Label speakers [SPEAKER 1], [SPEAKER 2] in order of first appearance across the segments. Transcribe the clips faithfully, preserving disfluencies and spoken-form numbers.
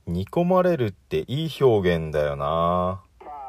[SPEAKER 1] 煮込まれるっていい表現だよな。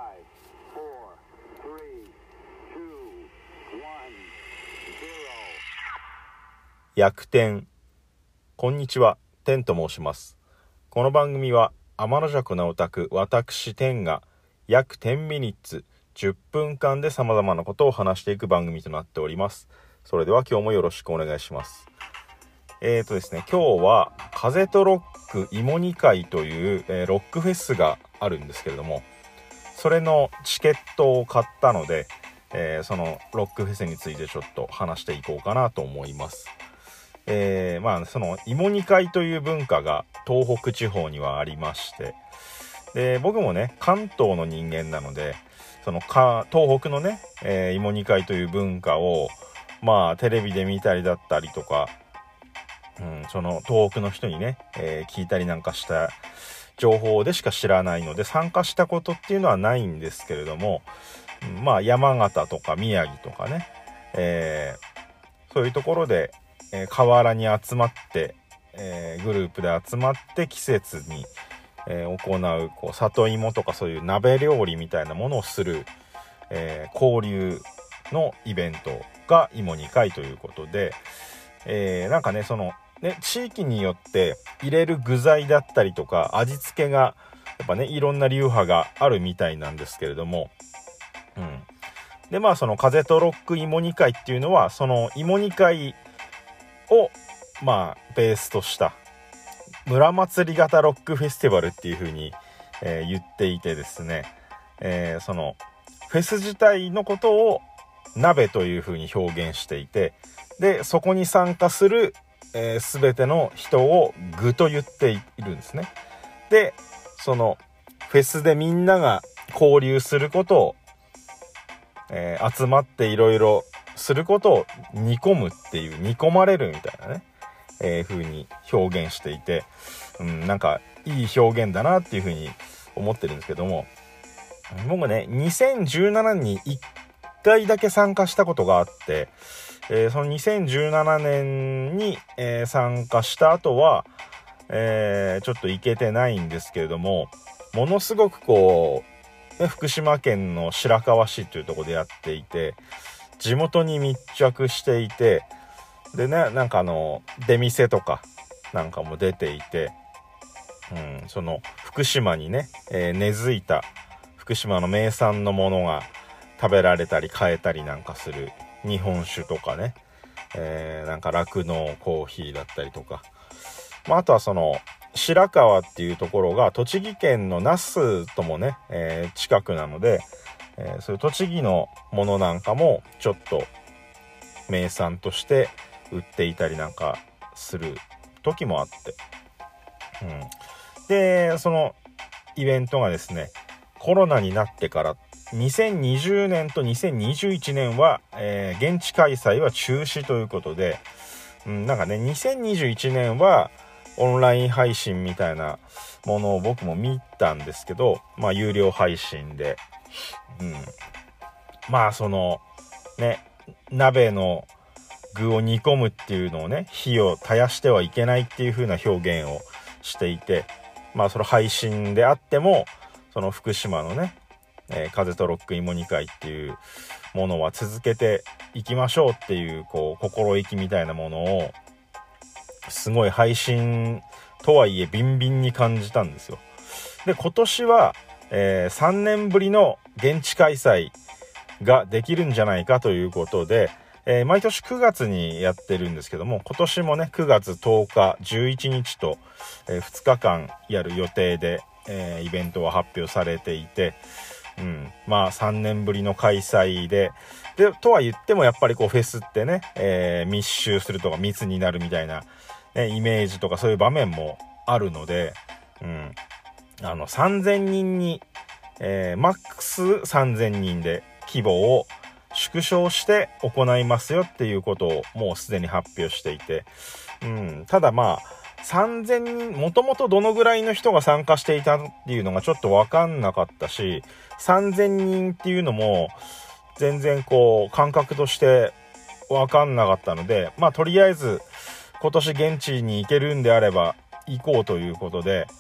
[SPEAKER 1] 逆転。こんにちは、天と申します。この番組は天の弱なオタク私天が約じゅうミニッツじゅっぷんかんで様々なことを話していく番組となっております。それでは今日もよろしくお願いします。えーとですね今日は風とロック芋煮会という、えー、ロックフェスがあるんですけれども、それのチケットを買ったので、えー、そのロックフェスについてちょっと話していこうかなと思います。えー、まあその芋煮会という文化が東北地方にはありまして、で僕もね関東の人間なので、そのか東北のね、えー、芋煮会という文化をまあテレビで見たりだったりとか、うん、その東北の人にね、えー、聞いたりなんかした情報でしか知らないので参加したことっていうのはないんですけれども、まあ山形とか宮城とかね、えー、そういうところでえー、河原に集まって、えー、グループで集まって季節に、えー、行う、こう里芋とかそういう鍋料理みたいなものをする、えー、交流のイベントが芋煮会ということで、えー、なんかねそのね地域によって入れる具材だったりとか味付けがやっぱねいろんな流派があるみたいなんですけれども、うんでまあその風とロック芋煮会っていうのはその芋煮会をまあベースとした村祭り型ロックフェスティバルっていう風に、えー、言っていてですね、えー、そのフェス自体のことを鍋という風に表現していて、でそこに参加する、えー、全ての人を具と言っているんですね。でそのフェスでみんなが交流することを、えー、集まっていろいろすることを煮込むっていう、煮込まれるみたいなね、えー、風に表現していて、うん、なんかいい表現だなっていう風に思ってるんですけども、僕ねにせんじゅうななねんにいっかいだけ参加したことがあって、えー、そのにせんじゅうななねんに、えー、参加した後は、えー、ちょっと行けてないんですけれども、ものすごくこう、ね、福島県の白河市というところでやっていて、地元に密着していて、でねなんかあの出店とかなんかも出ていて、うん、その福島にね、えー、根付いた福島の名産のものが食べられたり買えたりなんかする日本酒とかね、えー、なんか酪農コーヒーだったりとか、まあ、あとはその白河っていうところが栃木県の那須ともね、えー、近くなので、えー、そういう栃木のものなんかもちょっと名産として売っていたりなんかする時もあって、うん、でそのイベントがですねコロナになってからにせんにじゅうねんとにせんにじゅういちねんは、えー、現地開催は中止ということで、うん、なんかねにせんにじゅういちねんはオンライン配信みたいなものを僕も見たんですけど、まあ有料配信で、うん、まあそのね鍋の具を煮込むっていうのをね火を絶やしてはいけないっていう風な表現をしていて、まあその配信であってもその福島のね、えー、風とロック芋煮会っていうものは続けていきましょうっていうこう心意気みたいなものをすごい配信とはいえビンビンに感じたんですよ。で今年は、えー、さんねんぶりの現地開催ができるんじゃないかということで、えー、毎年くがつにやってるんですけども、今年もねくがつとおかじゅういちにちと、えー、ふつかかんやる予定で、えー、イベントは発表されていて、うん、まあさんねんぶりの開催ででとは言ってもやっぱりこうフェスってね、えー、密集するとか密になるみたいな、ね、イメージとかそういう場面もあるので、うん、あのさんぜんにんに、えー、マックスさんぜんにんで規模を縮小して行いますよっていうことをもうすでに発表していて、うん、ただまあさんぜんにんもともとどのぐらいの人が参加していたっていうのがちょっと分かんなかったし、さんぜんにんっていうのも全然こう感覚として分かんなかったので、まあとりあえず今年現地に行けるんであれば行こうということで、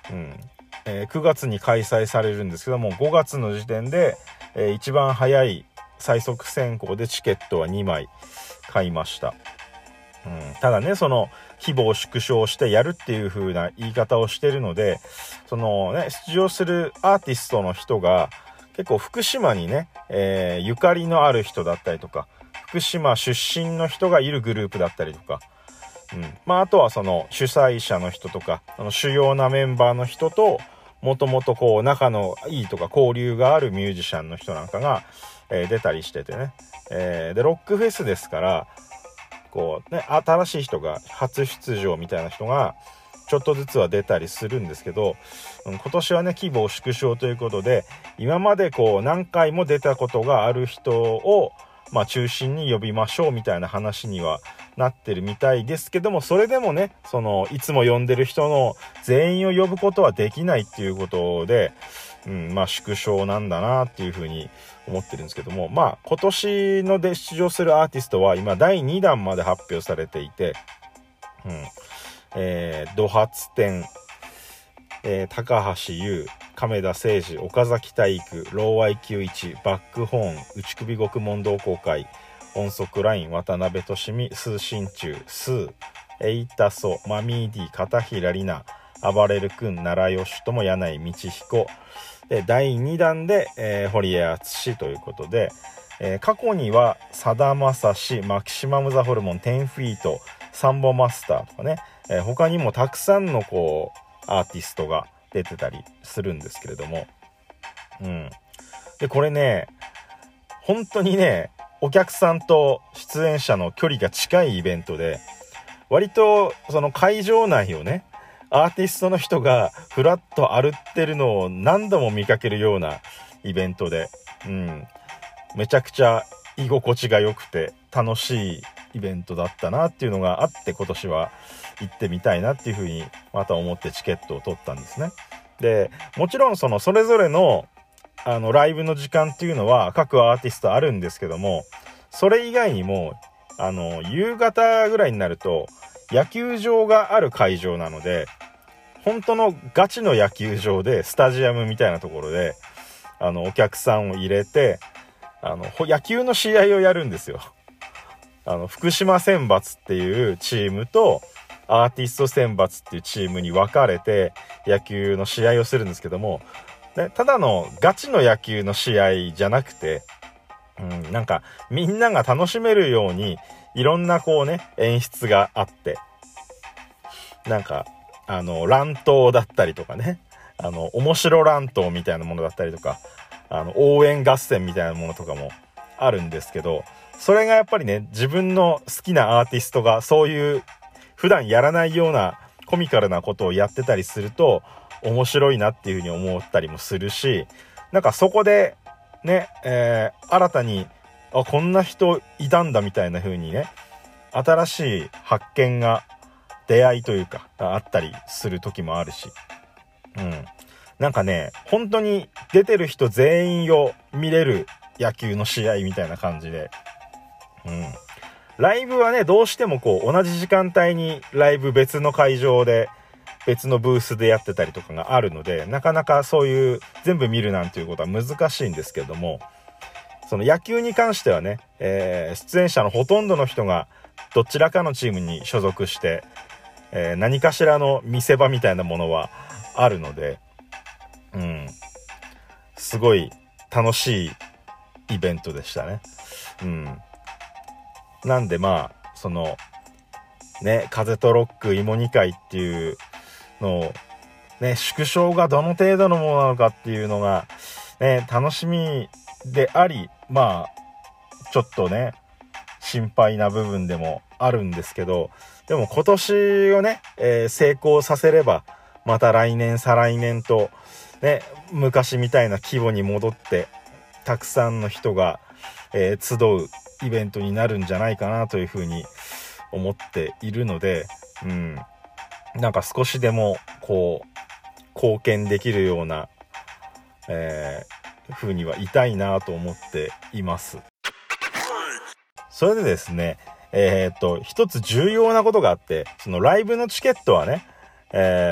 [SPEAKER 1] うんえー、くがつに開催されるんですけども、ごがつの時点で、えー、一番早い最速選考でチケットはにまい買いました。うん、ただね、その規模を縮小してやるっていう風な言い方をしてるので、そのね、出場するアーティストの人が結構福島にね、えー、ゆかりのある人だったりとか、福島出身の人がいるグループだったりとか、うんまあ、あとはその主催者の人とか、あの主要なメンバーの人ともともとこう仲のいいとか交流があるミュージシャンの人なんかが、えー、出たりしててね、えー、でロックフェスですから、こうね、新しい人が初出場みたいな人がちょっとずつは出たりするんですけど、今年はね規模を縮小ということで、今までこう何回も出たことがある人をまあ中心に呼びましょうみたいな話にはなってるみたいですけども、それでもね、そのいつも呼んでる人の全員を呼ぶことはできないっていうことで、うん、まあ縮小なんだなっていうふうに思ってるんですけども、まあ今年ので出場するアーティストは今だいにだんまで発表されていて、うんえー、ド発展、えー、高橋優、亀田誠治、岡崎体育、ローアイキューいち、バックホーン、内首獄門同好会、音速ライン、渡辺俊美、スーシンチュー、スー、エイタソ、マミーディ、片平里奈、暴れる君、奈良義友、柳井道彦で、だいにだんで、えー、堀江敦ということで、えー、過去にはさだまさし、マキシマムザホルモン、じゅうフィート、サンボマスターとかね、えー、他にもたくさんのこうアーティストが出てたりするんですけれども、うんでこれね、本当にね、お客さんと出演者の距離が近いイベントで、割とその会場内をね、アーティストの人がふらっと歩ってるのを何度も見かけるようなイベントで、うん、めちゃくちゃ居心地が良くて楽しいイベントだったなっていうのがあって、今年は行ってみたいなっていうふうにまた思ってチケットを取ったんですね。で、もちろんそのそれぞれのあのライブの時間っていうのは各アーティストあるんですけども、それ以外にもあの夕方ぐらいになると野球場がある会場なので、本当のガチの野球場でスタジアムみたいなところであのお客さんを入れて、あの野球の試合をやるんですよ。あの福島選抜っていうチームとアーティスト選抜っていうチームに分かれて野球の試合をするんですけども、ね、ただのガチの野球の試合じゃなくて、うん、なんかみんなが楽しめるようにいろんなこうね演出があって、なんかあの乱闘だったりとかね、あの面白乱闘みたいなものだったりとか、あの応援合戦みたいなものとかもあるんですけど、それがやっぱりね、自分の好きなアーティストがそういう普段やらないようなコミカルなことをやってたりすると面白いなっていうふうに思ったりもするし、なんかそこでね、えー、新たにあこんな人いたんだみたいな風にね、新しい発見が出会いというかあったりする時もあるし、うんなんかね、本当に出てる人全員を見れる野球の試合みたいな感じで、うんライブはね、どうしてもこう同じ時間帯にライブ別の会場で別のブースでやってたりとかがあるので、なかなかそういう全部見るなんていうことは難しいんですけども、その野球に関してはね、えー、出演者のほとんどの人がどちらかのチームに所属して、えー、何かしらの見せ場みたいなものはあるので、うんすごい楽しいイベントでしたね。うんなんでまあそのね風とロック芋煮会っていうのをね縮小がどの程度のものなのかっていうのがね楽しみであり、まあちょっとね心配な部分でもあるんですけど、でも今年をね、えー、成功させればまた来年再来年とね昔みたいな規模に戻ってたくさんの人が、えー、集うイベントになるんじゃないかなというふうに思っているので、うん、なんか少しでもこう貢献できるような、えー、風にはいたいなと思っています。それでですね、えー、っと一つ重要なことがあって、そのライブのチケットはね、えー、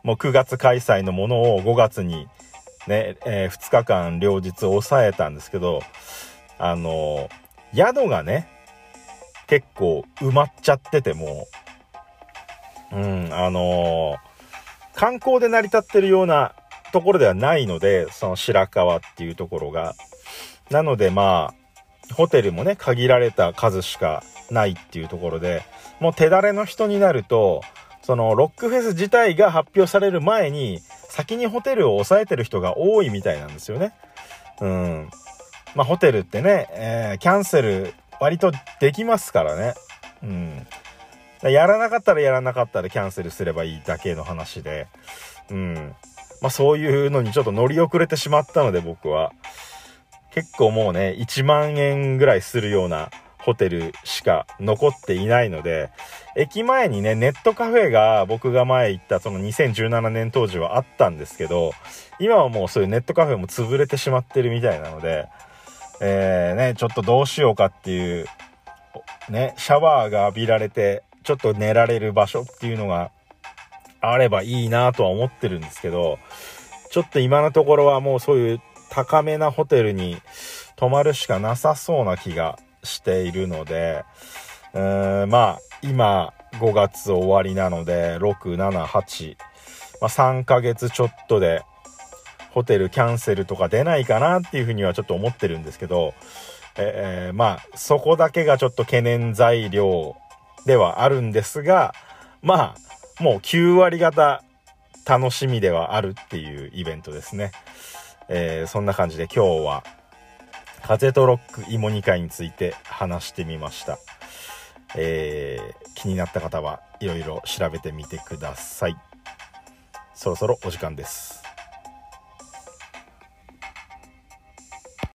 [SPEAKER 1] もうくがつ開催のものをごがつにね、えー、ふつかかん両日抑えたんですけど、あのー、宿がね結構埋まっちゃってて、もううんあのー、観光で成り立ってるようなところではないので、その白川っていうところが、なのでまあホテルもね限られた数しかないっていうところで、もう手だれの人になると、そのロックフェス自体が発表される前に先にホテルを抑えてる人が多いみたいなんですよね。うんまあホテルってね、えー、キャンセル割とできますからね。うんやらなかったらやらなかったらキャンセルすればいいだけの話で、うんまあそういうのにちょっと乗り遅れてしまったので、僕は結構もうねいちまんえんぐらいするようなホテルしか残っていないので、駅前にねネットカフェが僕が前行ったそのにせんじゅうななねん当時はあったんですけど、今はもうそういうネットカフェも潰れてしまってるみたいなので、えーねちょっとどうしようかっていうね、シャワーが浴びられてちょっと寝られる場所っていうのがあればいいなとは思ってるんですけど、ちょっと今のところはもうそういう高めなホテルに泊まるしかなさそうな気がしているので、うーんまあ今ごがつ終わりなのでろく、なな、はち、まあ、さんかげつちょっとでホテルキャンセルとか出ないかなっていうふうにはちょっと思ってるんですけど、えー、まあそこだけがちょっと懸念材料ではあるんですが、まあもうきゅうわり方楽しみではあるっていうイベントですね。えー、そんな感じで今日は風とロック芋煮会について話してみました。えー、気になった方はいろいろ調べてみてください。そろそろお時間です。